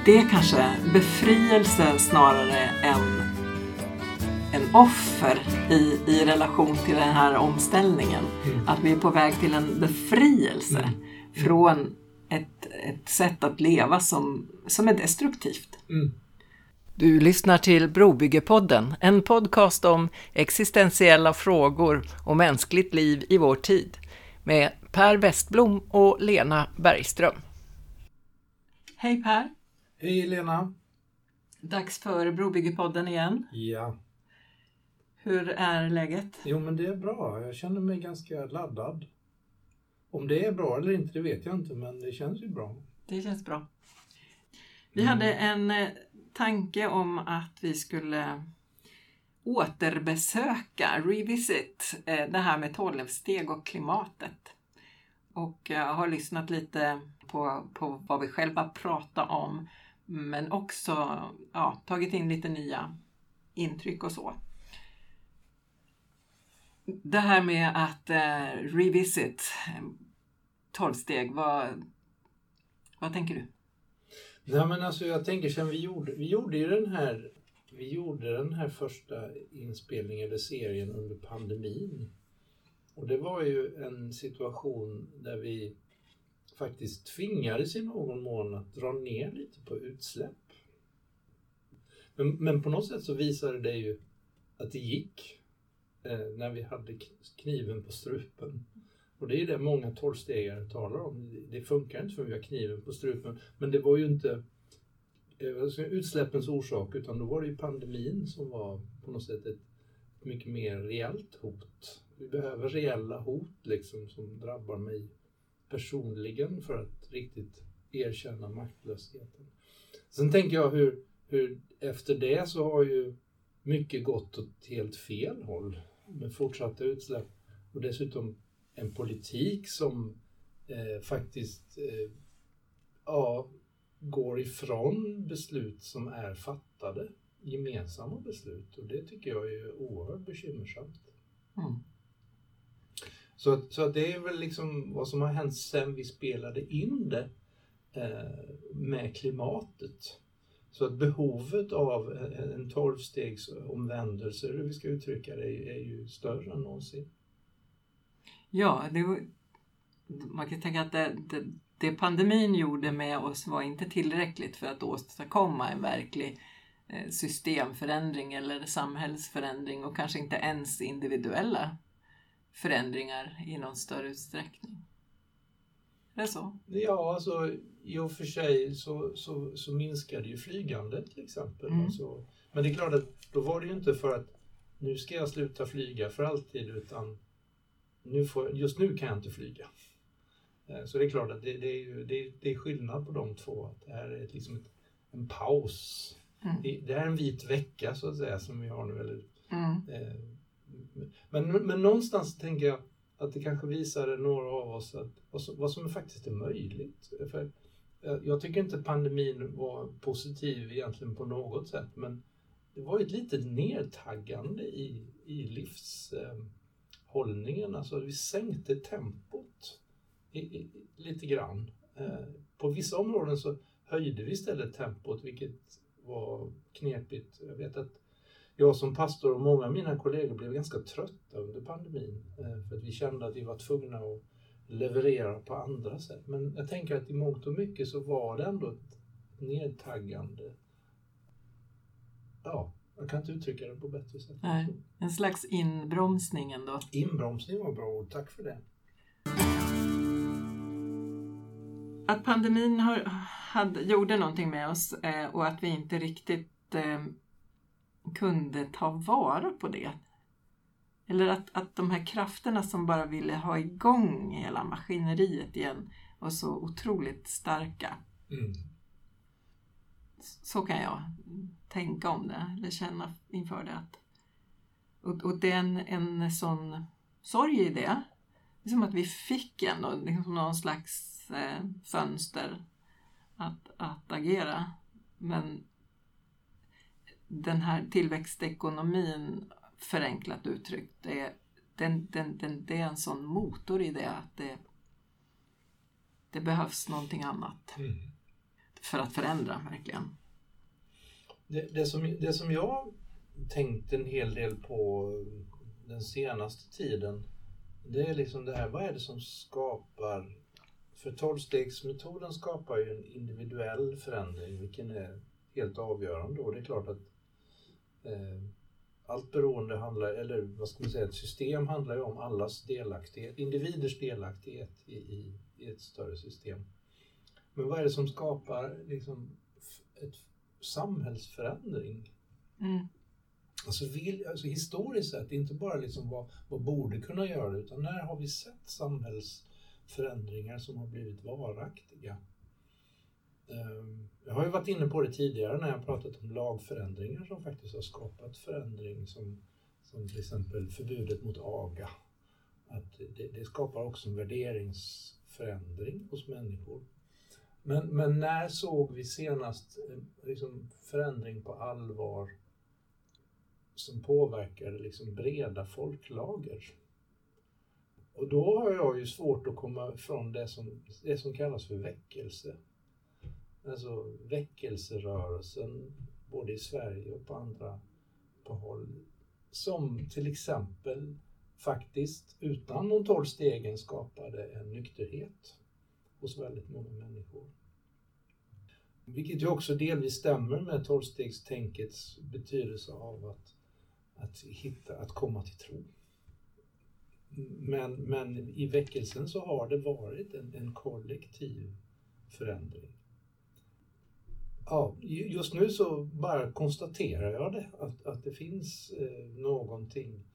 det är kanske befrielse snarare än en offer i relation till den här omställningen. Att vi är på väg till en befrielse från ett sätt att leva som är destruktivt. Du lyssnar till Brobyggepodden, en podcast om existentiella frågor och mänskligt liv i vår tid, med Per Westblom och Lena Bergström. Hej Per! Hej Lena! Dags för Brobyggepodden igen. Ja. Hur är läget? Jo, men det är bra. Jag känner mig ganska laddad. Om det är bra eller inte, det vet jag inte, men det känns ju bra. Det känns bra. Vi hade en tanke om att vi skulle återbesöka, revisit, det här med 12-steg och klimatet. Och jag har lyssnat lite på vad vi själva pratar om, men också tagit in lite nya intryck och så. Det här med att revisit 12-steg, vad tänker du? Nej, men alltså jag tänker sen vi gjorde den här första inspelningen eller serien under pandemin. Och det var ju en situation där vi faktiskt tvingades i någon mån att dra ner lite på utsläpp. Men på något sätt så visade det ju att det gick när vi hade kniven på strupen. Och det är det många 12-stegare talar om. Det funkar inte för vi har kniven på strupen. Men det var ju inte utsläppens orsak, utan då var det ju pandemin som var på något sätt ett mycket mer reellt hot. Vi behöver reella hot liksom, som drabbar mig personligen för att riktigt erkänna maktlösheten. Sen tänker jag hur efter det så har ju mycket gått åt helt fel håll med fortsatta utsläpp och dessutom en politik som faktiskt går ifrån beslut som är fattade, gemensamma beslut, och det tycker jag är oerhört bekymmersamt. Så att det är väl liksom vad som har hänt sen vi spelade in det med klimatet. Så att behovet av en 12-stegs omvändelse, hur vi ska uttrycka det, är ju större än någonsin. Ja, man kan tänka att det pandemin gjorde med oss var inte tillräckligt för att åstadkomma en verklig systemförändring eller samhällsförändring, och kanske inte ens individuella förändringar i någon större utsträckning. Är det så? Ja, alltså i och för sig så minskade ju flygandet till exempel. Alltså, men det är klart att då var det ju inte för att nu ska jag sluta flyga för alltid, utan just nu kan jag inte flyga. Så det är klart att det är skillnad på de två. Att det här är liksom en paus. Det är en vit vecka så att säga som vi har nu. Eller, men någonstans tänker jag att det kanske visade några av oss vad som faktiskt är möjligt. För jag tycker inte pandemin var positiv egentligen på något sätt, men det var ett litet nedtaggande i livshållningen. Alltså vi sänkte tempot lite grann. På vissa områden så höjde vi istället tempot, vilket var knepigt. Jag vet att jag som pastor och många av mina kollegor blev ganska trötta under pandemin. För att vi kände att vi var tvungna att leverera på andra sätt. Men jag tänker att i mångt och mycket så var det ändå ett nedtaggande. Ja, jag kan inte uttrycka det på bättre sätt. Nej, en slags inbromsning ändå. Inbromsning var bra ord, tack för det. Att pandemin gjorde någonting med oss och att vi inte riktigt kunde ta vara på det. Eller att de här krafterna som bara ville ha igång hela maskineriet igen var så otroligt starka. Så kan jag tänka om det, eller känna inför det. Och det är en sån sorg i det. Det är som att vi fick liksom någon slags fönster att agera. Men den här tillväxtekonomin, förenklat uttryckt, det är en sån motor i det att det behövs någonting annat. för att förändra verkligen. Det som jag tänkt en hel del på den senaste tiden, det är liksom det här, vad är det som skapar, för 12-stegsmetoden skapar ju en individuell förändring, vilken är helt avgörande, och det är klart att allt beroende handlar, eller vad ska man säga, ett system handlar ju om allas delaktighet, individers delaktighet i ett större system. Men vad är det som skapar liksom ett samhällsförändring? Alltså historiskt sett, inte bara liksom vad borde kunna göra det, utan när har vi sett samhällsförändringar som har blivit varaktiga? Jag har ju varit inne på det tidigare när jag pratat om lagförändringar som faktiskt har skapat förändring, som till exempel förbudet mot aga. Att det skapar också en värderingsförändring hos människor. Men när såg vi senast liksom förändring på allvar som påverkade liksom breda folklager? Och då har jag ju svårt att komma ifrån det som kallas för väckelse. Alltså väckelserörelsen både i Sverige och på andra håll. Som till exempel faktiskt utan de 12 stegen skapade en nykterhet hos väldigt många människor. Vilket ju också delvis stämmer med 12-stegstänkets betydelse av att komma till tro. Men i väckelsen så har det varit en kollektiv förändring. Ja, just nu så bara konstaterar jag det, att det finns någonting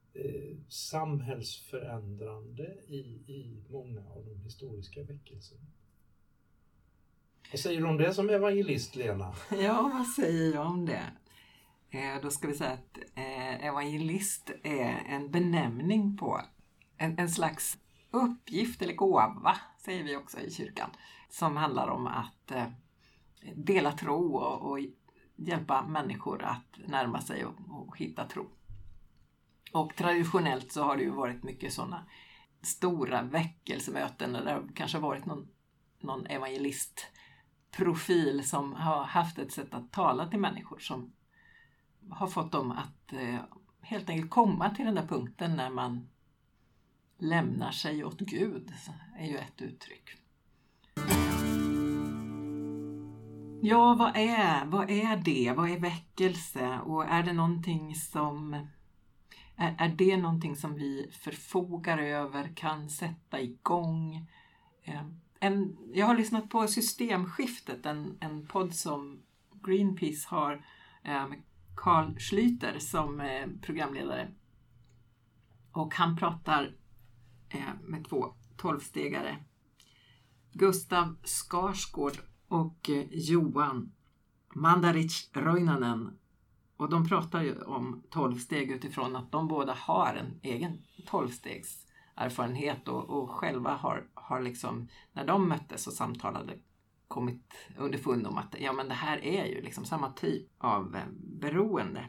samhällsförändrande i många av de historiska väckelserna. Vad säger du om det som evangelist, Lena? Ja, vad säger jag om det? Då ska vi säga att evangelist är en benämning på en slags uppgift eller gåva, säger vi också i kyrkan, som handlar om att dela tro och hjälpa människor att närma sig och hitta tro. Och traditionellt så har det ju varit mycket sådana stora väckelsemöten där det kanske har varit någon evangelistprofil som har haft ett sätt att tala till människor som har fått dem att helt enkelt komma till den där punkten när man lämnar sig åt Gud, är ju ett uttryck. Ja, vad är det? Vad är väckelse? Och är det någonting som är det någonting som vi förfogar över, kan sätta igång? Jag har lyssnat på Systemskiftet, en podd som Greenpeace har med Carl Schlüter som programledare. Och han pratar med 2 12-stegare. Gustav Skarsgård och Johan Mandaric Roinanen. Och de pratar ju om 12 steg utifrån att de båda har en egen 12-stegs erfarenhet och själva har liksom, när de möttes och samtalade, kommit underfund om att ja, men det här är ju liksom samma typ av beroende.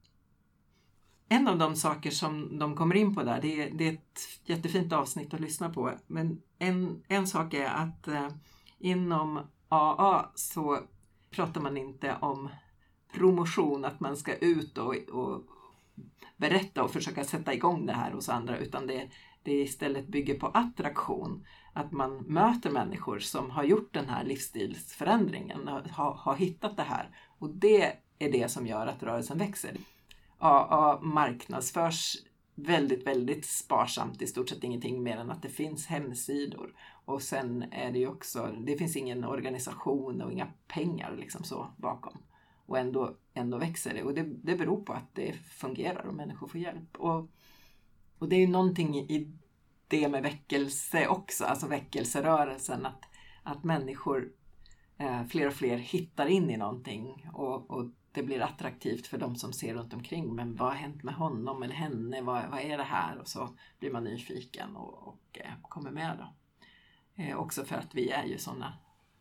En av de saker som de kommer in på där, det är ett jättefint avsnitt att lyssna på. Men en sak är att inom AA så pratar man inte om promotion, att man ska ut och berätta och försöka sätta igång det här hos andra, utan det istället bygger på attraktion. Att man möter människor som har gjort den här livsstilsförändringen, har hittat det här. Och det är det som gör att rörelsen växer. AA marknadsförs väldigt, väldigt sparsamt, i stort sett ingenting mer än att det finns hemsidor. Och sen är det ju också, det finns ingen organisation och inga pengar liksom så bakom. Och ändå växer det. Och det beror på att det fungerar och människor får hjälp. Och det är ju någonting i det med väckelse också, alltså väckelserörelsen, att människor, fler och fler hittar in i någonting och det blir attraktivt för de som ser runt omkring. Men vad har hänt med honom eller henne? Vad är det här? Och så blir man nyfiken och kommer med då. Också för att vi är ju sådana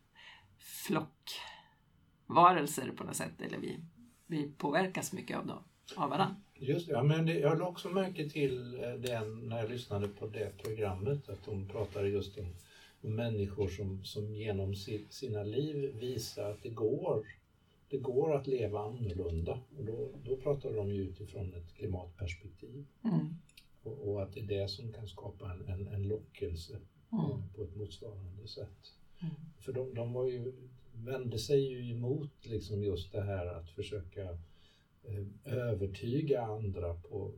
flockvarelser på något sätt. Eller vi påverkas mycket av varandra. Just det, ja, men jag lade också märke till den när jag lyssnade på det programmet, att de pratade just om människor som genom sina liv visar att det går att leva annorlunda. Och då pratar de ju utifrån ett klimatperspektiv. Och att det är det som kan skapa en lockelse på ett motsvarande sätt. För de vände sig ju emot liksom just det här att försöka övertyga andra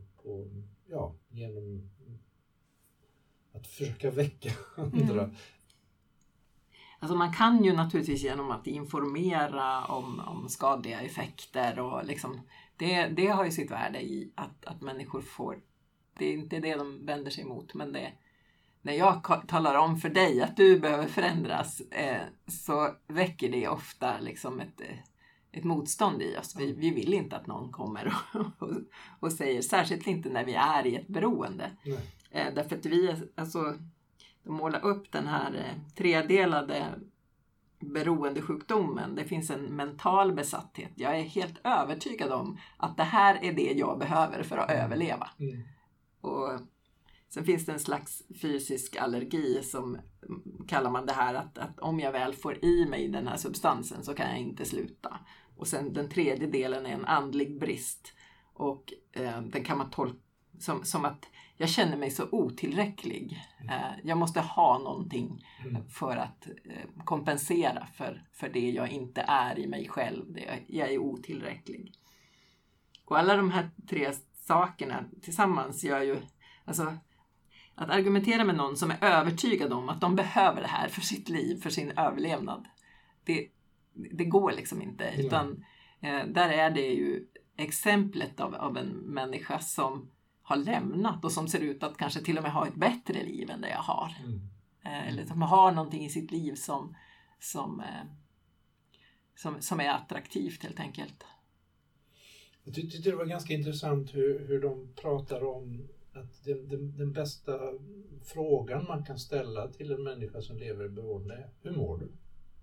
genom att försöka väcka andra. Alltså man kan ju naturligtvis genom att informera om skadliga effekter och liksom, det har ju sitt värde i att människor får, det är inte det de vänder sig emot, men när jag talar om för dig att du behöver förändras så väcker det ofta liksom ett motstånd i oss. Vi vill inte att någon kommer och säger, särskilt inte när vi är i ett beroende. Därför att de målar upp den här tredelade beroendesjukdomen. Det finns en mental besatthet. Jag är helt övertygad om att det här är det jag behöver för att överleva. Och sen finns det en slags fysisk allergi som kallar man det här att om jag väl får i mig den här substansen så kan jag inte sluta. Och sen den tredje delen är en andlig brist. Och den kan man tolka som att jag känner mig så otillräcklig. Jag måste ha någonting för att kompensera för det jag inte är i mig själv. Jag är otillräcklig. Och alla de här tre sakerna tillsammans gör ju, alltså, att argumentera med någon som är övertygad om att de behöver det här för sitt liv, för sin överlevnad. Det går liksom inte. Utan där är det ju exemplet av en människa som har lämnat och som ser ut att kanske till och med ha ett bättre liv än det jag har. Eller som har någonting i sitt liv som är attraktivt helt enkelt. Jag tyckte det var ganska intressant hur de pratar om att den bästa frågan man kan ställa till en människa som lever i beroende är: hur mår du?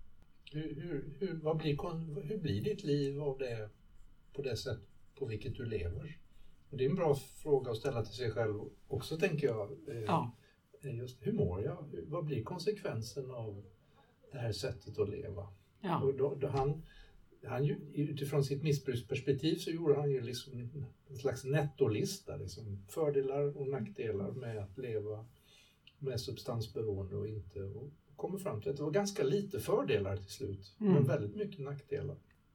Hur blir ditt liv av det på det sätt på vilket du lever? Och det är en bra fråga att ställa till sig själv också, tänker jag. Just hur mår jag? Vad blir konsekvensen av det här sättet att leva? Ja. Och då han utifrån sitt missbruksperspektiv så gjorde han ju liksom en slags nettolista, liksom fördelar och nackdelar med att leva med substansberoende och inte, och kommer fram till att det var ganska lite fördelar till slut, men väldigt mycket nackdelar.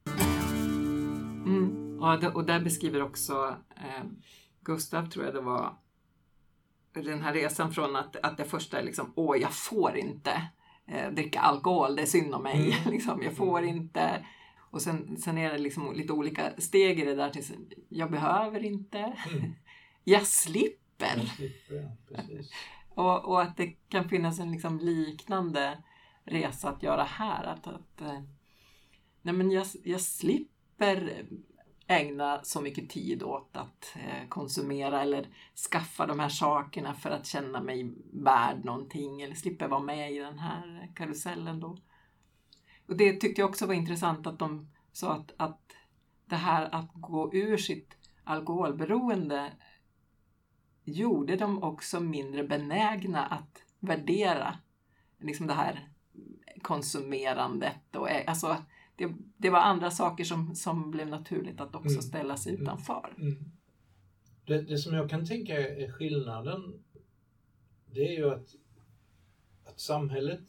Och där beskriver också Gustav, tror jag det var, den här resan från att det första är liksom, jag får inte dricka alkohol, det är synd om mig, liksom, jag får inte. Och sen är det liksom lite olika steg i det där till jag behöver inte. Jag slipper. Ja, precis. och att det kan finnas en liksom liknande resa att göra här. Nej, men jag slipper ägna så mycket tid åt att konsumera eller skaffa de här sakerna för att känna mig värd någonting. Eller slipper vara med i den här karusellen då. Och det tyckte jag också var intressant att de sa att det här att gå ur sitt alkoholberoende gjorde dem också mindre benägna att värdera liksom det här konsumerandet. Och, alltså, det var andra saker som blev naturligt att också ställa sig utanför. Det som jag kan tänka är skillnaden, det är ju att samhället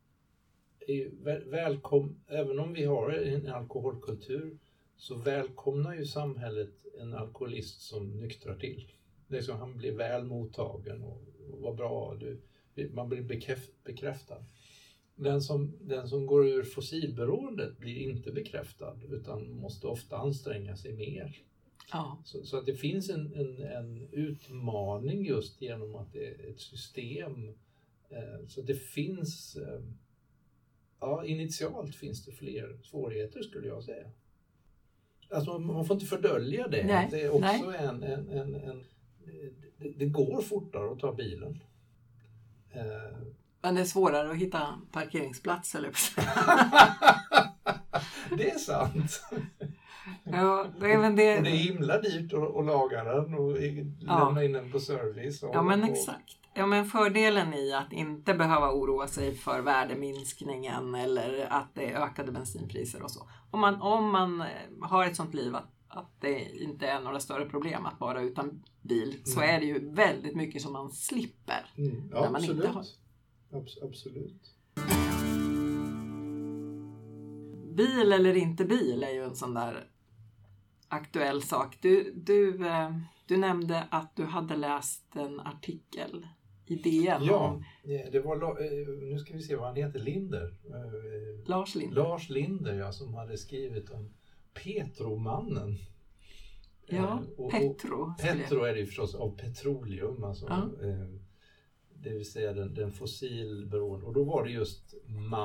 även om vi har en alkoholkultur, så välkomnar ju samhället en alkoholist som nyktrar till. Det är som han blir väl mottagen och vad bra, man blir bekräftad. Den som går ur fossilberoendet blir inte bekräftad, utan måste ofta anstränga sig mer. Ja. Så att det finns en utmaning just genom att det är ett system. Så det finns... initialt finns det fler svårigheter, skulle jag säga. Alltså man får inte fördölja det. Nej, det är också det går fortare att ta bilen. Men det är svårare att hitta parkeringsplats, eller? Det är sant. Ja, det är himla dyrt att laga den och lämna in den på service. Ja, men exakt. Ja, men fördelen i att inte behöva oroa sig för värdeminskningen eller att det är ökade bensinpriser och så. Om man har ett sånt liv att det inte är några större problem att vara utan bil, så är det ju väldigt mycket som man slipper. Ja, när man absolut. Inte har. Absolut. Bil eller inte bil är ju en sån där aktuell sak. Du nämnde att du hade läst en artikel i DN. Ja, det var, nu ska vi se vad han heter, Linder. Lars Linder, ja, som hade skrivit om Petromannen. Ja, Petro. Petro är det förstås av petroleum, alltså, det vill säga den fossilberoende. Och då var det just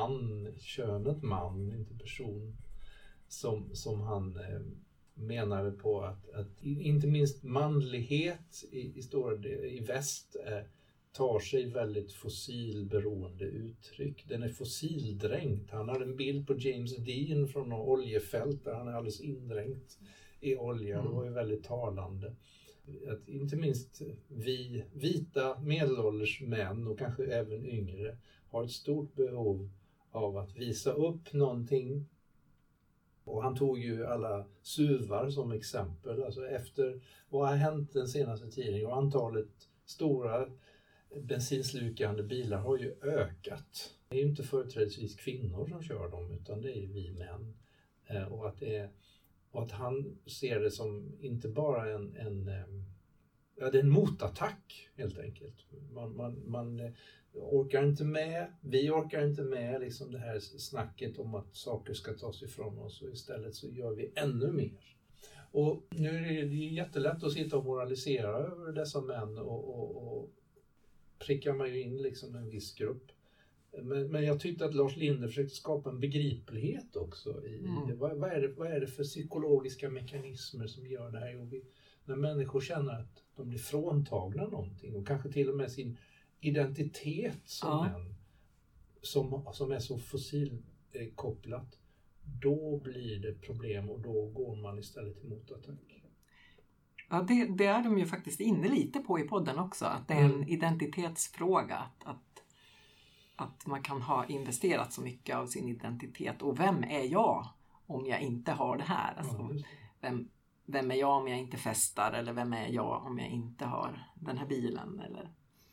könet man, inte person, som han menade på att inte minst manlighet i väst tar sig väldigt fossilberoende uttryck. Den är fossildränkt. Han hade en bild på James Dean från något oljefält där han är alldeles indränkt i olja. Det var ju väldigt talande. Att inte minst vi vita medelålders män och kanske även yngre har ett stort behov av att visa upp någonting. Och han tog ju alla SUVar som exempel. Alltså efter vad har hänt den senaste tiden, och antalet stora bensinslukande bilar har ju ökat. Det är ju inte företrädesvis kvinnor som kör dem, utan det är vi män. Och att han ser det som inte bara det är en motattack helt enkelt. Man orkar inte med, vi orkar inte med liksom det här snacket om att saker ska tas ifrån oss, och istället så gör vi ännu mer. Och nu är det jättelätt att sitta och moralisera över dessa män och prickar man ju in liksom en viss grupp. Men jag tyckte att Lars Linder försökte skapa en begriplighet också i det. Vad är det för psykologiska mekanismer som gör det här? När människor känner att de blir fråntagna någonting, och kanske till och med sin identitet som män, som är så fossilkopplat, då blir det problem, och då går man istället till motattack. Ja, det är de ju faktiskt inne lite på i podden också, att det är en identitetsfråga, att man kan ha investerat så mycket av sin identitet. Och vem är jag om jag inte har det här? Alltså, vem är jag om jag inte festar? Eller vem är jag om jag inte har den här bilen? Eller...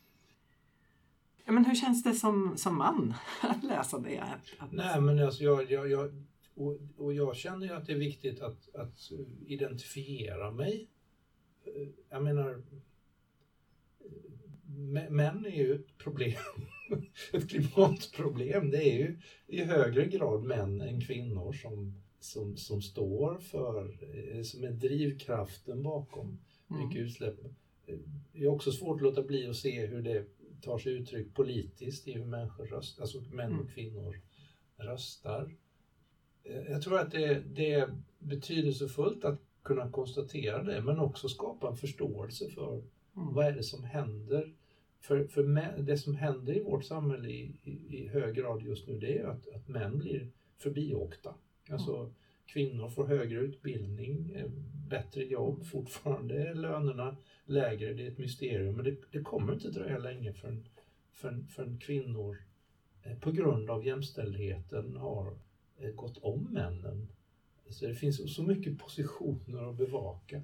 Ja, men hur känns det som man att läsa det? Nej, men alltså jag känner ju att det är viktigt att identifiera mig. Jag menar, män är ju ett problem, ett klimatproblem. Det är ju i högre grad män än kvinnor som står för, som är drivkraften bakom mycket utsläpp. Det är också svårt att låta bli att se hur det tar sig uttryck politiskt i hur människor röstar, alltså män och kvinnor röstar. Jag tror att det är betydelsefullt att kunna konstatera det, men också skapa en förståelse för vad är det som händer. För det som händer i vårt samhälle i hög grad just nu, det är att män blir förbiåkta. Alltså kvinnor får högre utbildning, bättre jobb, fortfarande är lönerna lägre, det är ett mysterium. Men det kommer inte dröja länge förrän kvinnor på grund av jämställdheten har gått om männen. Så det finns så mycket positioner att bevaka.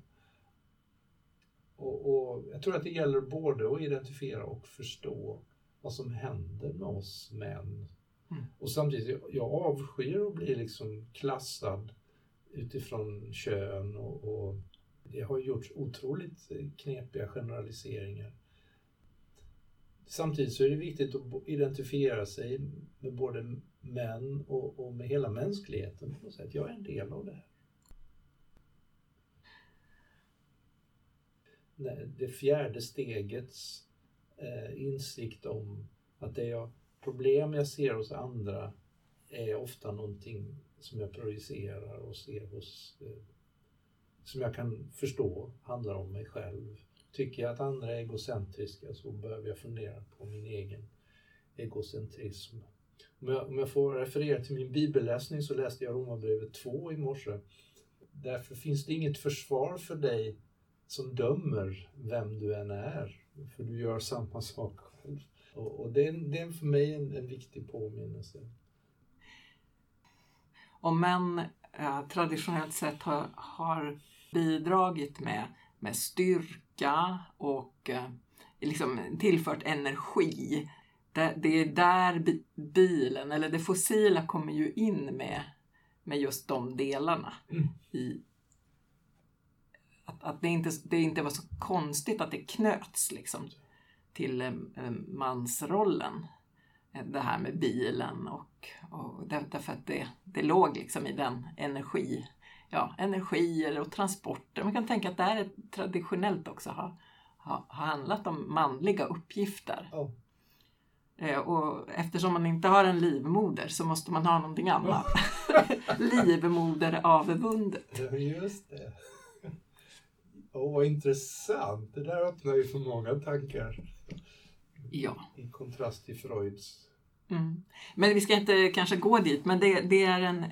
Och jag tror att det gäller både att identifiera och förstå vad som händer med oss män. Och samtidigt, jag avskyr att bli liksom klassad utifrån kön, och det har gjorts otroligt knepiga generaliseringar. Samtidigt så är det viktigt att identifiera sig med både män och med hela mänskligheten på något sätt. Jag är en del av det här. Det fjärde stegets insikt om att problem jag ser hos andra är ofta någonting som jag projicerar och ser som jag kan förstå handlar om mig själv. Tycker jag att andra är egocentriska, så behöver jag fundera på min egen egocentrism. Om jag får referera till min bibelläsning, så läste jag Romarbrevet 2 i morse. Därför finns det inget försvar för dig som dömer vem du än är. För du gör samma sak själv. Och det är för mig en viktig påminnelse. Om män traditionellt sett har bidragit med styrka och liksom tillfört energi. Det är där bilen eller det fossila kommer ju in med just de delarna. I att det inte var så konstigt att det knöts liksom till mansrollen. Det här med bilen och därför att det låg liksom i den energier och transporter. Man kan tänka att det här traditionellt också har handlat om manliga uppgifter. Oh. Och eftersom man inte har en livmoder så måste man ha någonting annat. Livmoder avvundet. Ja, just det. Vad intressant. Det där öppnar ju för många tankar. Ja. I kontrast till Freuds. Mm. Men vi ska inte kanske gå dit. Men det är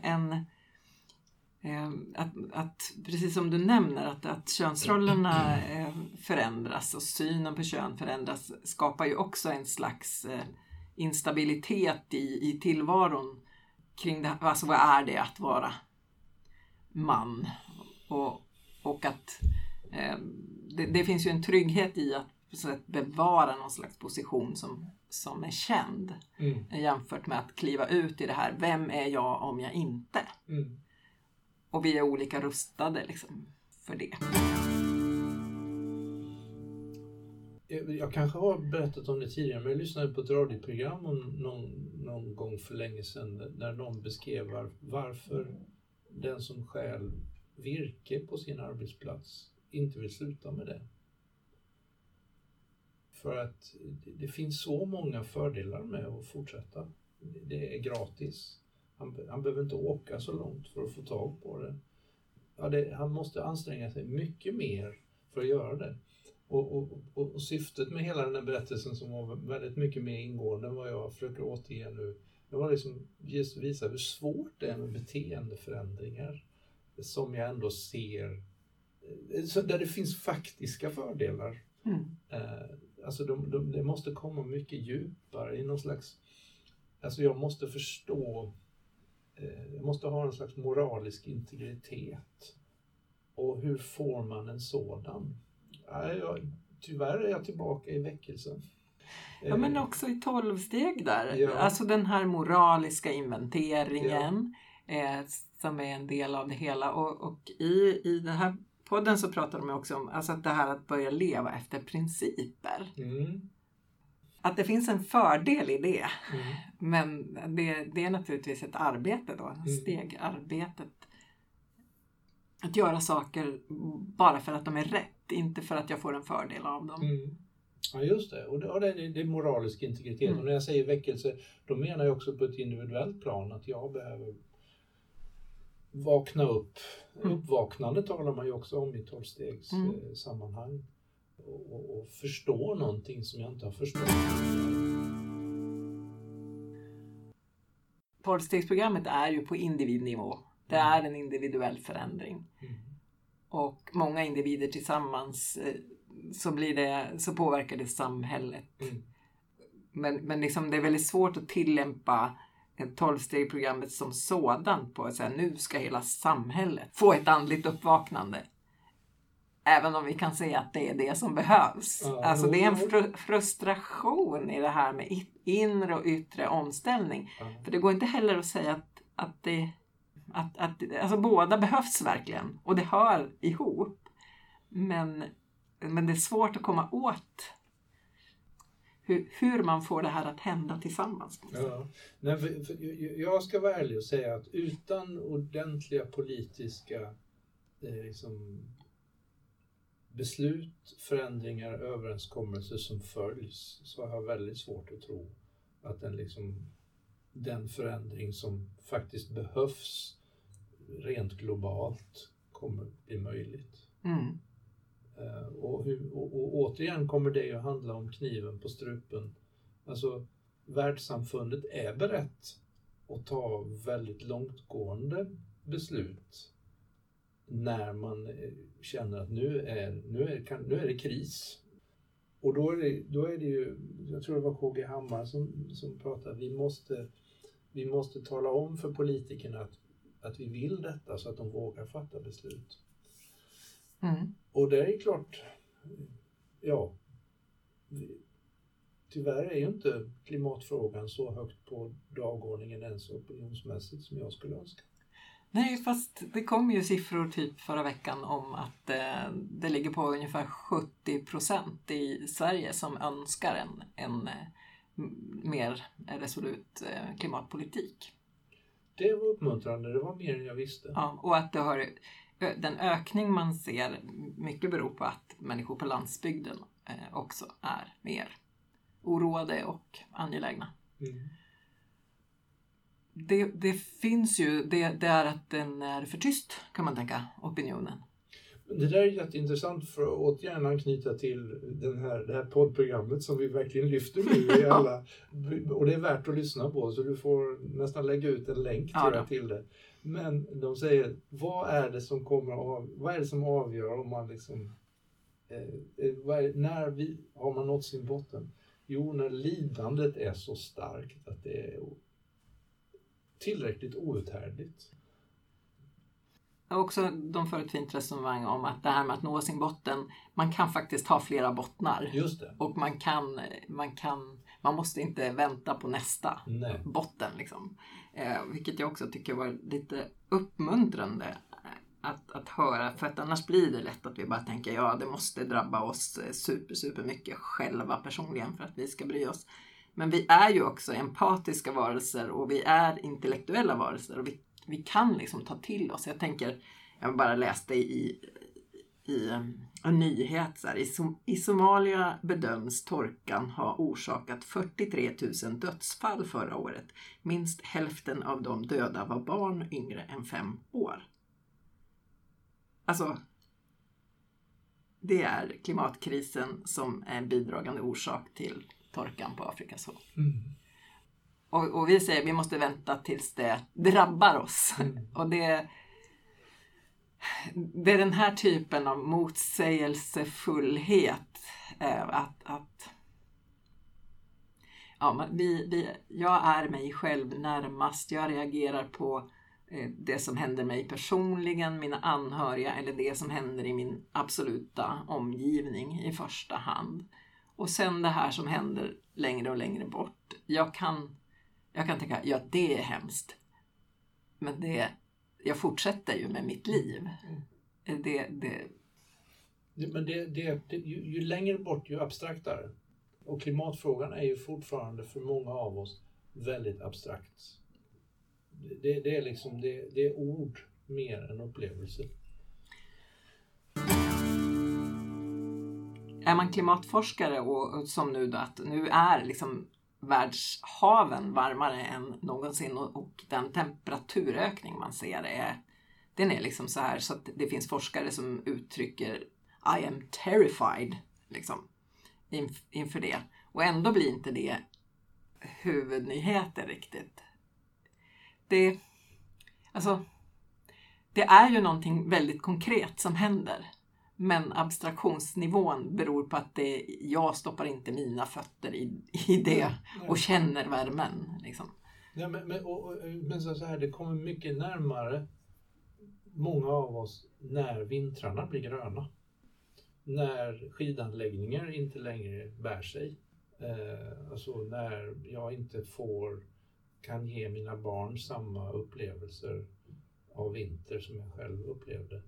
att precis som du nämner att könsrollerna förändras och synen på kön förändras skapar ju också en slags instabilitet i tillvaron kring det. Alltså vad är det att vara man? Och att det finns ju en trygghet i att bevara någon slags position som är känd jämfört med att kliva ut i det här. Vem är jag om jag inte? Och vi är olika rustade liksom, för det. Jag kanske har berättat om det tidigare, men jag lyssnade på ett radioprogram någon gång för länge sedan när någon beskrev varför den som stjäl virke på sin arbetsplats inte vill sluta med det. För att det finns så många fördelar med att fortsätta. Det är gratis. Han behöver inte åka så långt för att få tag på det. Han måste anstränga sig mycket mer för att göra det. Och syftet med hela den här berättelsen som var väldigt mycket mer ingående än vad jag försöker återge nu. Det var liksom just att visa hur svårt det är med beteendeförändringar. Som jag ändå ser. Där det finns faktiska fördelar. Alltså det måste komma mycket djupare i någon slags. Alltså jag måste förstå. Jag måste ha en slags moralisk integritet. Och hur får man en sådan? Tyvärr är jag tillbaka i väckelsen. Ja, men också i 12 steg där. Ja. Alltså den här moraliska inventeringen som är en del av det hela. Och i den här podden så pratar de också om alltså att det här att börja leva efter principer. Att det finns en fördel i det. Men det är naturligtvis ett arbete då. Stegarbetet. Att göra saker bara för att de är rätt. Inte för att jag får en fördel av dem. Ja, just det. Och det är moralisk integritet. Och när jag säger väckelse, då menar jag också på ett individuellt plan att jag behöver vakna upp. Uppvaknande talar man ju också om i 12-stegs sammanhang. Och förstå någonting som jag inte har förstått. 12-stegsprogrammet är ju på individnivå. Det är en individuell förändring. Och många individer tillsammans så påverkar det samhället. Men liksom det är väldigt svårt att tillämpa 12-stegsprogrammet som sådant på att säga nu ska hela samhället få ett andligt uppvaknande. Även om vi kan säga att det är det som behövs. Alltså det är en frustration i det här med inre och yttre omställning. För det går inte heller att säga att alltså båda behövs verkligen. Och det hör ihop. Men det är svårt att komma åt hur man får det här att hända tillsammans. Ja. Nej, för jag ska vara ärlig och säga att utan ordentliga politiska beslut, förändringar, överenskommelser som följs så har jag väldigt svårt att tro att den förändring som faktiskt behövs rent globalt kommer bli möjligt. Och återigen kommer det att handla om kniven på strupen. Alltså världssamfundet är berett att ta väldigt långtgående beslut när man känner att nu är det kris. Och då är det ju, jag tror det var KG Hammar som pratade, vi måste tala om för politikerna att vi vill detta så att de vågar fatta beslut. Och det är klart, ja, tyvärr är ju inte klimatfrågan så högt på dagordningen ens opinionsmässigt som jag skulle önska. Nej, fast det kom ju siffror typ förra veckan om att det ligger på ungefär 70% i Sverige som önskar en mer resolut klimatpolitik. Det var uppmuntrande, det var mer än jag visste. Ja, och att den ökning man ser mycket beror på att människor på landsbygden också är mer oroade och angelägna. Det finns ju, det är att den är för tyst, kan man tänka, opinionen. Det där är jätteintressant för att återigen anknyta till det här poddprogrammet som vi verkligen lyfter nu i alla. Och det är värt att lyssna på, så du får nästan lägga ut en länk till det. Men de säger, vad är det som avgör om man liksom, har man nått sin botten? Jo, när lidandet är så starkt att det är tillräckligt outhärdligt. Också de för ett fint resonemang om att det här med att nå sin botten, man kan faktiskt ha flera bottnar. Just det. Och man måste inte vänta på nästa botten liksom. Vilket jag också tycker var lite uppmuntrande att höra, för att annars blir det lätt att vi bara tänker, ja, det måste drabba oss super mycket själva personligen för att vi ska bry oss. Men vi är ju också empatiska varelser och vi är intellektuella varelser och vi kan liksom ta till oss. Jag bara läste i en nyhet så här, i Somalia bedöms torkan ha orsakat 43 000 dödsfall förra året. Minst hälften av de döda var barn yngre än 5 år. Alltså, det är klimatkrisen som är en bidragande orsak till torkan på Afrikas håll. Och vi säger att vi måste vänta tills det drabbar oss. Och det är den här typen av motsägelsefullhet. Jag är mig själv närmast. Jag reagerar på det som händer mig personligen, mina anhöriga eller det som händer i min absoluta omgivning i första hand. Och sen det här som händer längre och längre bort. Jag kan tänka, ja, det är hemskt. Men jag fortsätter ju med mitt liv. Ju längre bort, ju abstraktare. Och klimatfrågan är ju fortfarande för många av oss väldigt abstrakt. Det är liksom, det är ord mer än upplevelse. Är man klimatforskare och som nu då, att nu är liksom världshaven varmare än någonsin och den temperaturökning man ser den är liksom så här, så att det finns forskare som uttrycker I am terrified liksom inför det. Och ändå blir inte det huvudnyheter riktigt. Det är ju någonting väldigt konkret som händer. Men abstraktionsnivån beror på att jag stoppar inte mina fötter i det och känner värmen. Liksom. Ja, men så här, det kommer mycket närmare många av oss när vintrarna blir gröna. När skidanläggningar inte längre bär sig. Alltså när jag inte kan ge mina barn samma upplevelser av vinter som jag själv upplevde.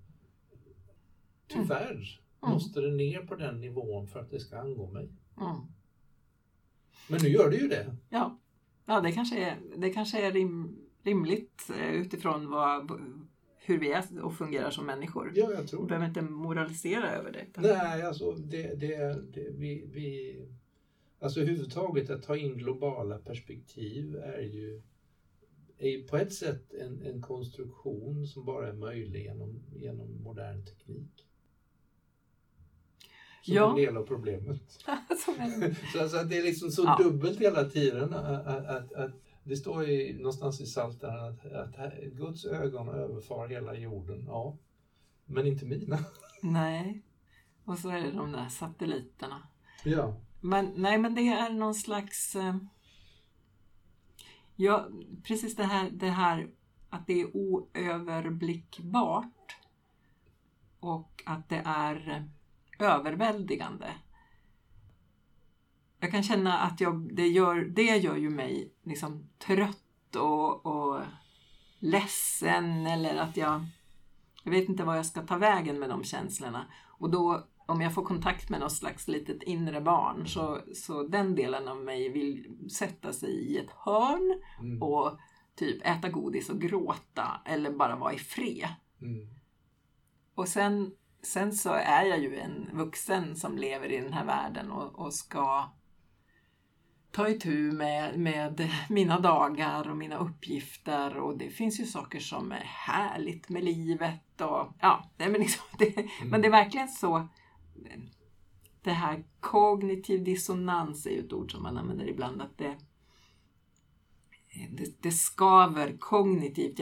Tyvärr måste det ner på den nivån för att det ska angå mig. Men nu gör det ju det. Ja, det kanske är rimligt utifrån hur vi är och fungerar som människor. Ja, jag tror. Vi behöver inte moralisera över det. Nej, alltså vi alltså överhuvudtaget att ta in globala perspektiv är ju på ett sätt en konstruktion som bara är möjlig genom modern teknik. Som en del av problemet. så att det är liksom så dubbelt hela tiden att det står ju någonstans i Psaltaren att Guds ögon överfar hela jorden. Ja, men inte mina. Nej. Och så är det de där satelliterna. Ja. Men det är någon slags... Ja, precis det här att det är oöverblickbart och att det är överväldigande. Jag kan känna att det gör ju mig liksom trött och ledsen, eller att jag vet inte vad jag ska ta vägen med de känslorna. Och då, om jag får kontakt med något slags litet inre barn, så den delen av mig vill sätta sig i ett hörn och typ äta godis och gråta eller bara vara i fred. Och sen så är jag ju en vuxen som lever i den här världen och ska ta itu med mina dagar och mina uppgifter, och det finns ju saker som är härligt med livet och men det är verkligen så. Det här kognitiv dissonans är ju ett ord som man använder ibland, att det skaver kognitivt.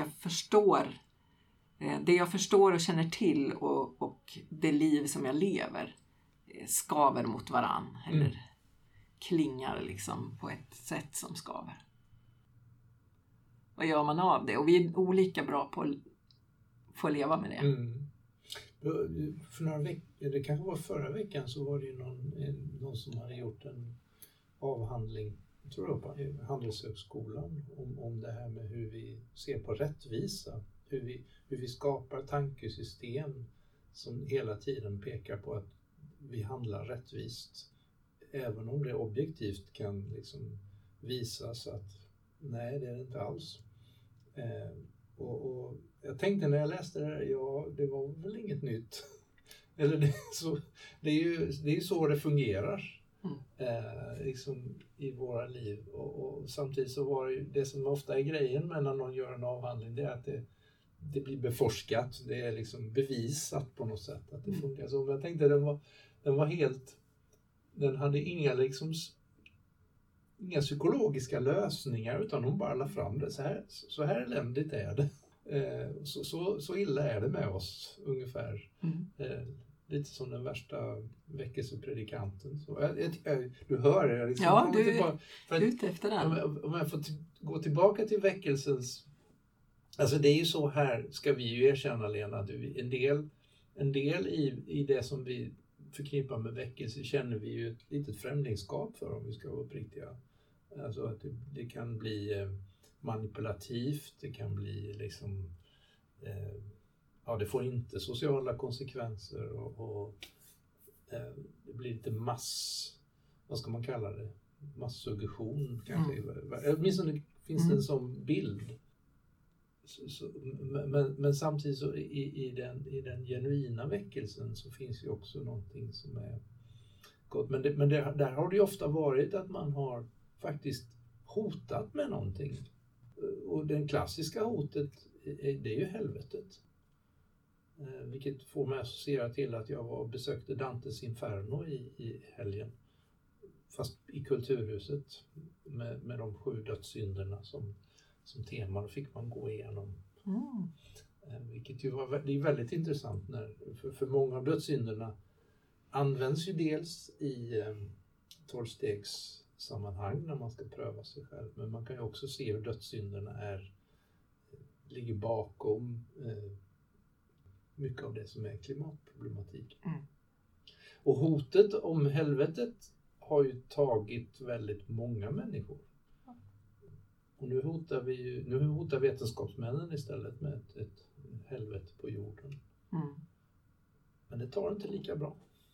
Det jag förstår och känner till och det liv som jag lever skaver mot varann eller klingar liksom på ett sätt som skaver. Vad gör man av det? Och vi är olika bra på att få leva med det. För några veckor, det kanske var förra veckan, så var det ju någon som hade gjort en avhandling, jag tror jag, på Handelshögskolan om det här med hur vi ser på rättvisa. Hur vi skapar tankesystem som hela tiden pekar på att vi handlar rättvist. Även om det objektivt kan liksom visas att nej, det är det inte alls. Och jag tänkte när jag läste det här, det var väl inget nytt. Eller det är ju så det fungerar liksom i våra liv. Och samtidigt så var det som ofta är grejen med när någon gör en avhandling, det är att det blir beforskat. Det är liksom bevisat på något sätt att det funkar. Så jag tänkte den var helt... Den hade inga psykologiska lösningar, utan hon bara la fram det. Så här eländigt är det. Så illa är det med oss ungefär. Lite som den värsta väckelsepredikanten. Du hör det. Liksom, ja, du är ute efter den. Om jag får gå tillbaka till väckelsens... Alltså det är ju så här, ska vi ju erkänna, Lena, att en del i det som vi förknippar med väckelse känner vi ju ett litet främlingskap för, om vi ska vara uppriktiga. Alltså att det kan bli manipulativt, det kan bli liksom det får inte sociala konsekvenser och det blir lite vad ska man kalla det? Massuggestion kanske. Åtminstone finns det en sån bild. Men samtidigt så i den genuina väckelsen så finns ju också någonting som är gott. Men där har det ju ofta varit att man har faktiskt hotat med någonting. Och det klassiska hotet det är ju helvetet. Vilket får mig associera till att jag besökte Dantes Inferno i helgen. Fast i Kulturhuset med de 7 dödssynderna som tema. Då fick man gå igenom. Vilket ju det är väldigt intressant för många av dödssynderna används ju dels i 12-stegs sammanhang när man ska pröva sig själv. Men man kan ju också se hur dödssynderna ligger bakom mycket av det som är klimatproblematik. Och hotet om helvetet har ju tagit väldigt många människor. Och nu hotar vetenskapsmännen istället med ett helvete på jorden. Men det tar inte lika bra.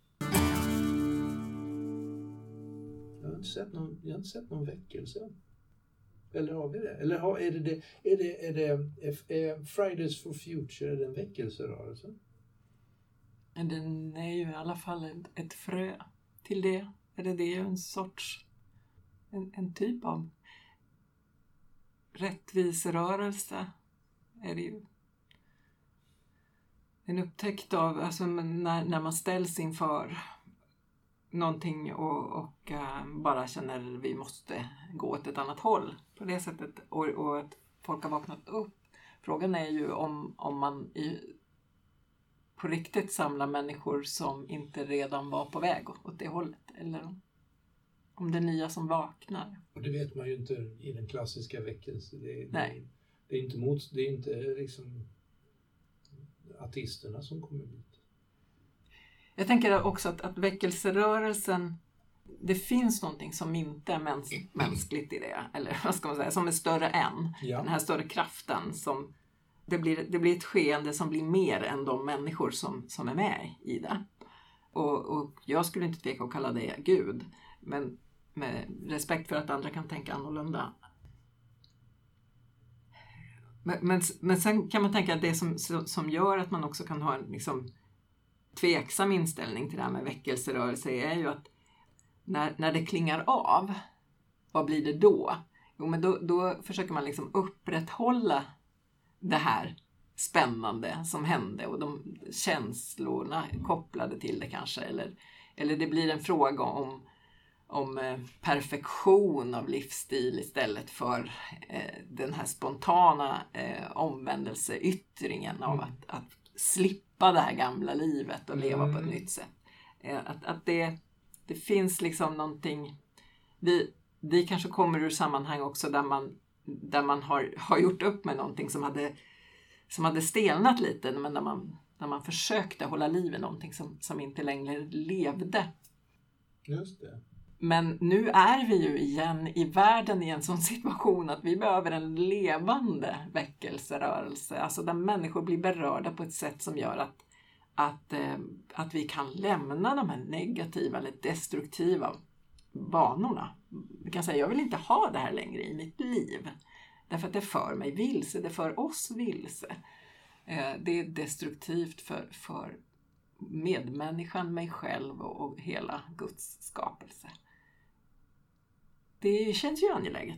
Jag har inte sett någon väckelse. Eller har vi det? Eller är Fridays for Future, är det en väckelserörelse? Den är ju i alla fall ett frö till det. Eller det är ju en sorts, en typ av rättviserörelse är det ju. En upptäckt av, alltså när man ställs inför någonting och bara känner vi måste gå åt ett annat håll på det sättet och att folk har vaknat upp. Frågan är ju om man på riktigt samla människor som inte redan var på väg åt det hållet. Eller om det nya som vaknar. Och det vet man ju inte i den klassiska väckelsen. Nej. Det är inte liksom ateisterna som kommer dit. Jag tänker också att väckelserörelsen, det finns någonting som inte är mänskligt i det. Eller vad ska man säga, som är större än. Ja. Den här större kraften som det blir ett skeende som blir mer än de människor som är med i det. Och jag skulle inte tveka att kalla det Gud. Men med respekt för att andra kan tänka annorlunda. Men sen kan man tänka att det som gör att man också kan ha en liksom tveksam inställning till det här med väckelserörelse är ju att när det klingar av, vad blir det då? Jo, men då försöker man liksom upprätthålla det här spännande som hände och de känslorna kopplade till det kanske. Eller det blir en fråga om perfektion av livsstil istället för den här spontana omvändelseyttringen av att slippa det här gamla livet och leva på ett nytt sätt. Att det finns liksom någonting, vi kanske kommer ur sammanhang också där man har gjort upp med någonting som hade stelnat lite, men där man försökte hålla liv i någonting som inte längre levde. Just det. Men nu är vi ju igen i världen i en sån situation att vi behöver en levande väckelserörelse. Alltså där människor blir berörda på ett sätt som gör att vi kan lämna de här negativa eller destruktiva vanorna. Vi kan säga, jag vill inte ha det här längre i mitt liv. Därför att det för mig vilse, det för oss vilse. Det är destruktivt för medmänniskan, mig själv och hela Guds skapelse. Det känns ju angeläget.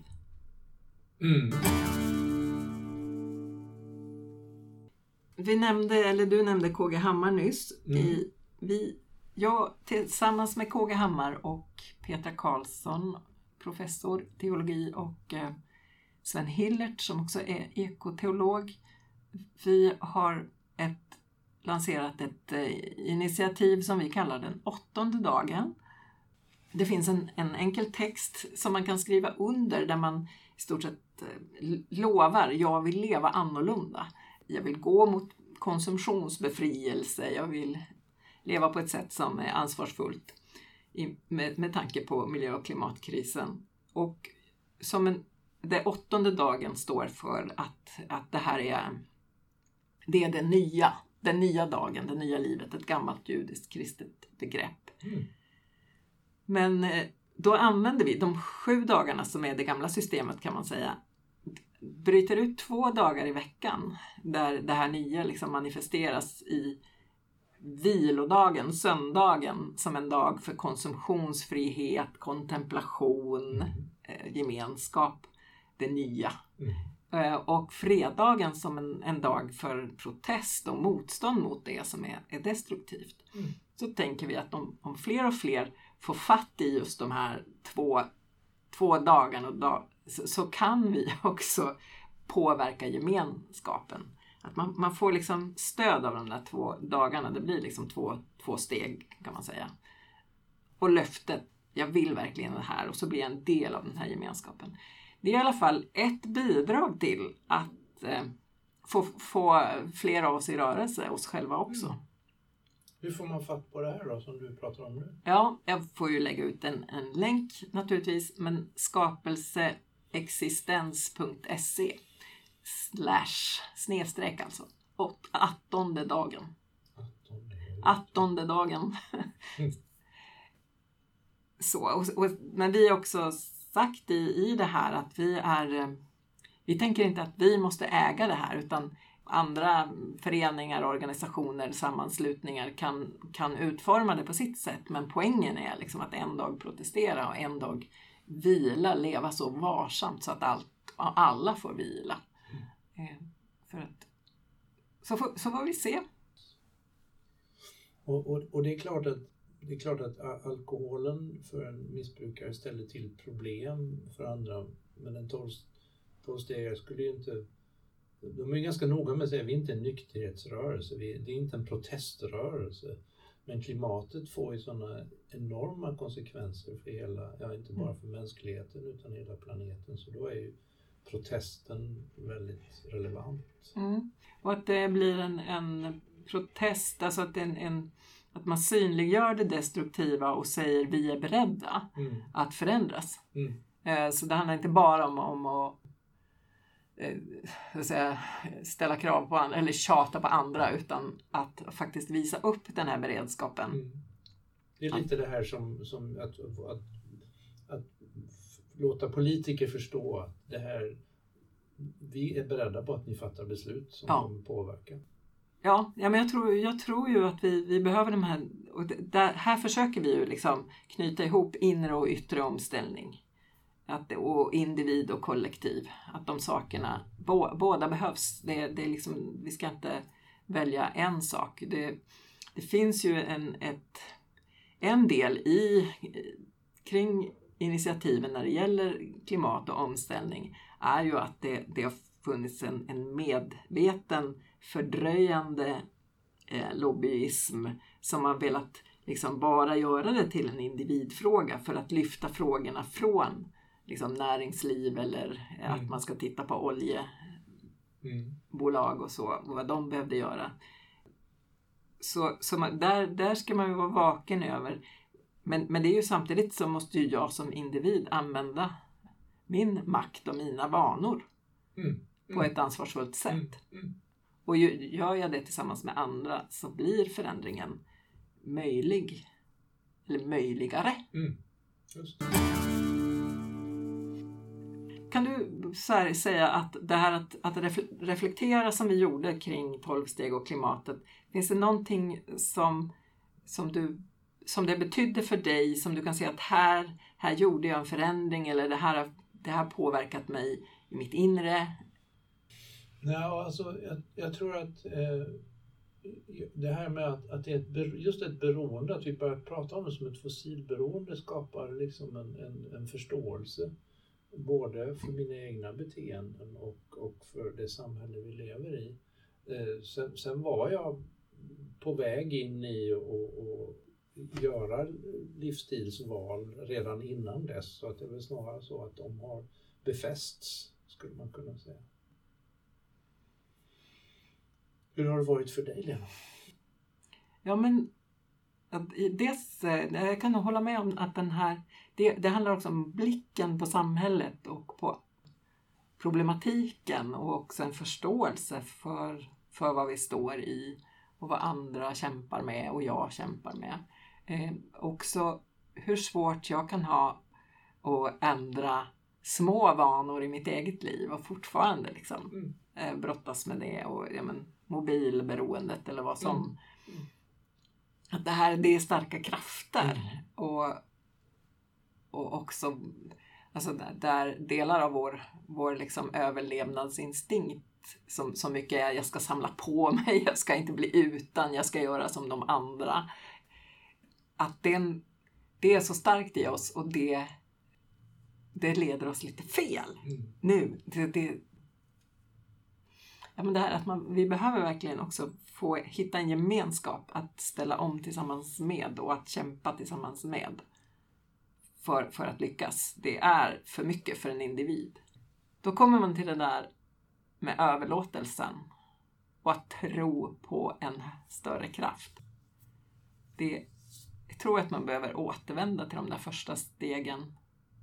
Du nämnde KG Hammar nyss. Jag tillsammans med KG Hammar och Petra Karlsson, professor teologi, och Sven Hillert som också är ekoteolog. Vi har lanserat ett initiativ som vi kallar den 8:e dagen. Det finns en enkel text som man kan skriva under där man i stort sett lovar: jag vill leva annorlunda. Jag vill gå mot konsumtionsbefrielse. Jag vill leva på ett sätt som är ansvarsfullt med tanke på miljö- och klimatkrisen. Och det 8:e dagen står för att det här det är den nya dagen, det nya livet, ett gammalt judiskt kristet begrepp. Men då använder vi de 7 dagarna som är det gamla systemet, kan man säga, bryter ut 2 dagar i veckan där det här nya liksom manifesteras i vilodagen, söndagen, som en dag för konsumtionsfrihet, kontemplation, gemenskap, det nya. Och fredagen som en dag för protest och motstånd mot det som är destruktivt. Så tänker vi att om fler och fler får fatt i just de här två dagarna, så kan vi också påverka gemenskapen. Att man får liksom stöd av de där 2 dagarna. Det blir liksom två steg, kan man säga. Och löftet, jag vill verkligen det här, och så blir jag en del av den här gemenskapen. Det är i alla fall ett bidrag till att få fler av oss i rörelse, oss själva också. Hur får man fatt på det här då som du pratar om nu? Ja, jag får ju lägga ut en länk naturligtvis, men skapelseexistens.se / alltså 8:e dagen. 8:e dagen. Så, men vi har också sagt i det här att vi tänker inte att vi måste äga det här, utan andra föreningar, organisationer, sammanslutningar kan utforma det på sitt sätt. Men poängen är liksom att en dag protestera och en dag vila, leva så varsamt så att alla får vila. Så får vi se. Och det är klart att alkoholen för en missbrukare ställer till problem för andra. Men en 12-stegare skulle ju inte de är ganska noga med att säga att vi inte är en nykterhetsrörelse, det är inte en proteströrelse. Men klimatet får ju sådana enorma konsekvenser för hela, inte bara för mänskligheten utan hela planeten. Så då är ju protesten väldigt relevant. Och att det blir en protest, alltså att man synliggör det destruktiva och säger vi är beredda att förändras. Så det handlar inte bara om att ställa krav på andra eller tjata på andra, utan att faktiskt visa upp den här beredskapen. Det är lite det här som att låta politiker förstå att det här, vi är beredda på att ni fattar beslut som kommer påverka. Ja, men jag tror ju att vi behöver de här, och här försöker vi ju liksom knyta ihop inre och yttre omställning. Och individ och kollektiv. Att de sakerna, båda behövs. Det är liksom, vi ska inte välja en sak. Det finns ju en del kring initiativen när det gäller klimat och omställning är ju att det har funnits en medveten fördröjande lobbyism som har velat liksom bara göra det till en individfråga för att lyfta frågorna från liksom näringsliv eller att man ska titta på oljebolag och så, och vad de behövde göra. Så där ska man ju vara vaken över. Men det är ju samtidigt så måste ju jag som individ använda min makt och mina vanor på ett ansvarsfullt sätt. Och gör jag det tillsammans med andra så blir förändringen möjlig. Eller möjligare. Just. Kan du säga att det här att reflektera som vi gjorde kring 12 steg och klimatet, finns det någonting som det betydde för dig, som du kan säga att här gjorde jag en förändring, eller det här påverkat mig i mitt inre? Nej, alltså jag tror att det här med att det är just ett beroende, att vi börjar prata om det som ett fossilberoende, skapar liksom en förståelse. Både för mina egna beteenden och för det samhälle vi lever i. Sen var jag på väg in i och göra livsstilsval redan innan dess. Så att det är väl snarare så att de har befästs, skulle man kunna säga. Hur har det varit för dig, Lena? Ja, men jag kan nog hålla med om att det handlar också om blicken på samhället och på problematiken, och också en förståelse för vad vi står i och vad andra kämpar med och jag kämpar med. Också hur svårt jag kan ha att ändra små vanor i mitt eget liv och fortfarande liksom brottas med det, och mobilberoendet eller vad som... Att det är starka krafter och också alltså där delar av vår liksom överlevnadsinstinkt som mycket är jag ska samla på mig, jag ska inte bli utan, jag ska göra som de andra. Att det är så starkt i oss, och det leder oss lite fel nu. Men det här att vi behöver verkligen också få hitta en gemenskap att ställa om tillsammans med och att kämpa tillsammans med för att lyckas. Det är för mycket för en individ. Då kommer man till det där med överlåtelsen och att tro på en större kraft. Jag tror att man behöver återvända till de där första stegen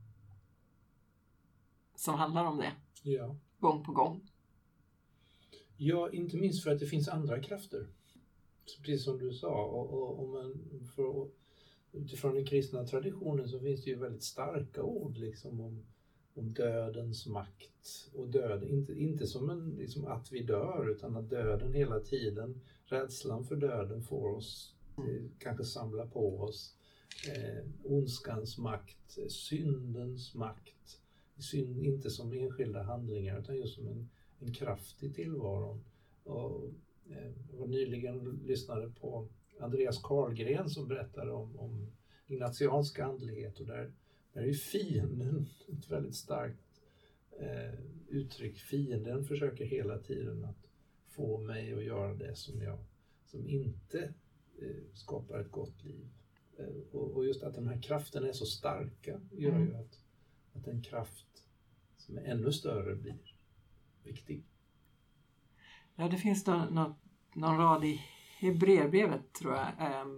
som handlar om det. Ja. Gång på gång. Ja, inte minst för att det finns andra krafter. Precis som du sa. Och utifrån den kristna traditionen så finns det ju väldigt starka ord liksom om dödens makt. Och inte som liksom att vi dör, utan att döden hela tiden, rädslan för döden får oss kanske samla på oss. Ondskans makt, syndens makt. Inte som enskilda handlingar utan just som en kraft i tillvaron. Och jag nyligen lyssnade på Andreas Karlgren som berättade om ignatiansk andlighet, och där är ju fienden ett väldigt starkt uttryck. Fienden försöker hela tiden att få mig att göra det som inte skapar ett gott liv. Och just att den här kraften är så starka gör ju att en kraft som är ännu större blir viktig. Ja, det finns någon rad i Hebreerbrevet, tror jag,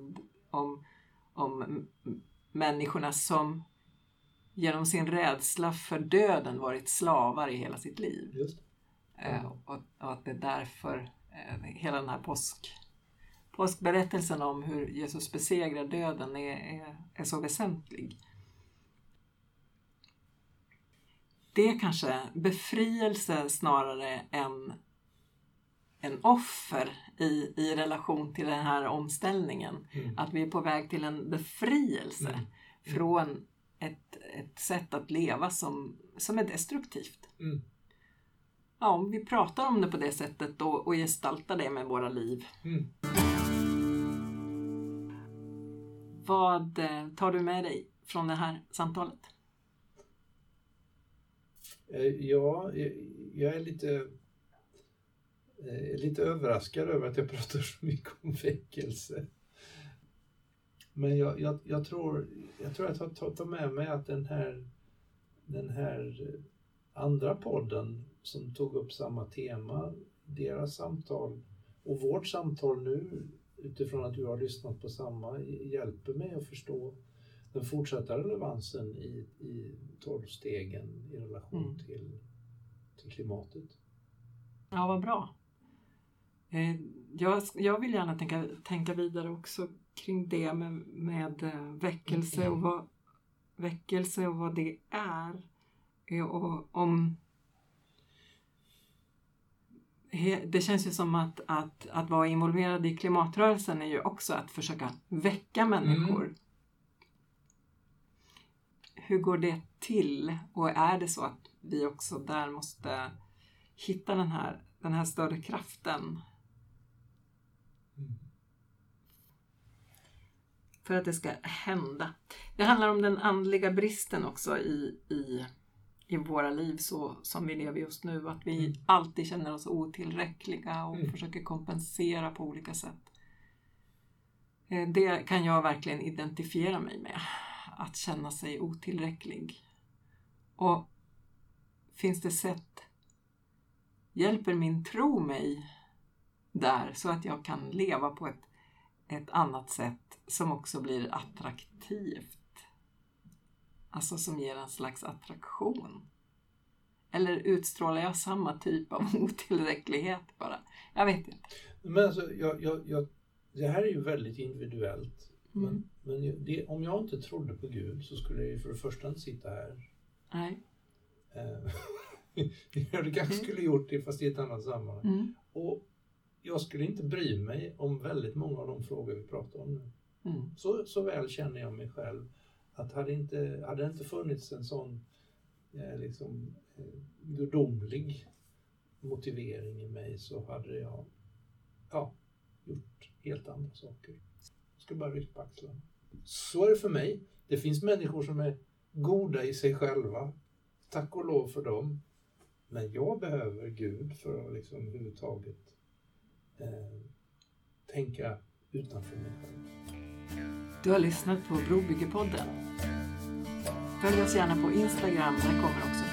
om människorna som genom sin rädsla för döden varit slavar i hela sitt liv. Just det. Och att det är därför hela den här påskberättelsen om hur Jesus besegrar döden är så väsentlig. Det är kanske befrielse snarare än en offer i relation till den här omställningen. Att vi är på väg till en befrielse från ett sätt att leva som är destruktivt. Ja, om vi pratar om det på det sättet och gestaltar det med våra liv. Vad tar du med dig från det här samtalet? Ja, jag är lite överraskad över att jag pratar så mycket om väckelse. Men jag tror att jag tar med mig att den här andra podden som tog upp samma tema, deras samtal och vårt samtal nu utifrån att du har lyssnat på samma hjälper mig att förstå den fortsatta relevansen i 12 stegen i relation till klimatet. Ja, vad bra. Jag vill gärna tänka vidare också kring det med väckelse och vad det är. Och det känns ju som att vara involverad i klimatrörelsen är ju också att försöka väcka människor. Hur går det till? Och är det så att vi också där måste hitta den här större kraften för att det ska hända? Det handlar om den andliga bristen också i våra liv så som vi lever just nu. Att vi alltid känner oss otillräckliga och försöker kompensera på olika sätt. Det kan jag verkligen identifiera mig med. Att känna sig otillräcklig. Och finns det sätt, hjälper min tro mig där så att jag kan leva på ett annat sätt som också blir attraktivt. Alltså som ger en slags attraktion. Eller utstrålar jag samma typ av otillräcklighet bara? Jag vet inte. Men alltså, det här är ju väldigt individuellt. Men om jag inte trodde på Gud så skulle jag ju för det första inte sitta här. Nej. Jag kanske skulle gjort det fast i ett annat sammanhang. Och jag skulle inte bry mig om väldigt många av de frågor vi pratar om nu. Så väl känner jag mig själv. Att hade det inte funnits en sån gudomlig motivering i mig så hade jag gjort helt andra saker. Jag ska bara rycka på axlarna. Så är det för mig. Det finns människor som är goda i sig själva. Tack och lov för dem. Men jag behöver Gud för att överhuvudtaget tänka utanför mig själv. Du har lyssnat på Brobyggepodden. Följ oss gärna på Instagram, där kommer också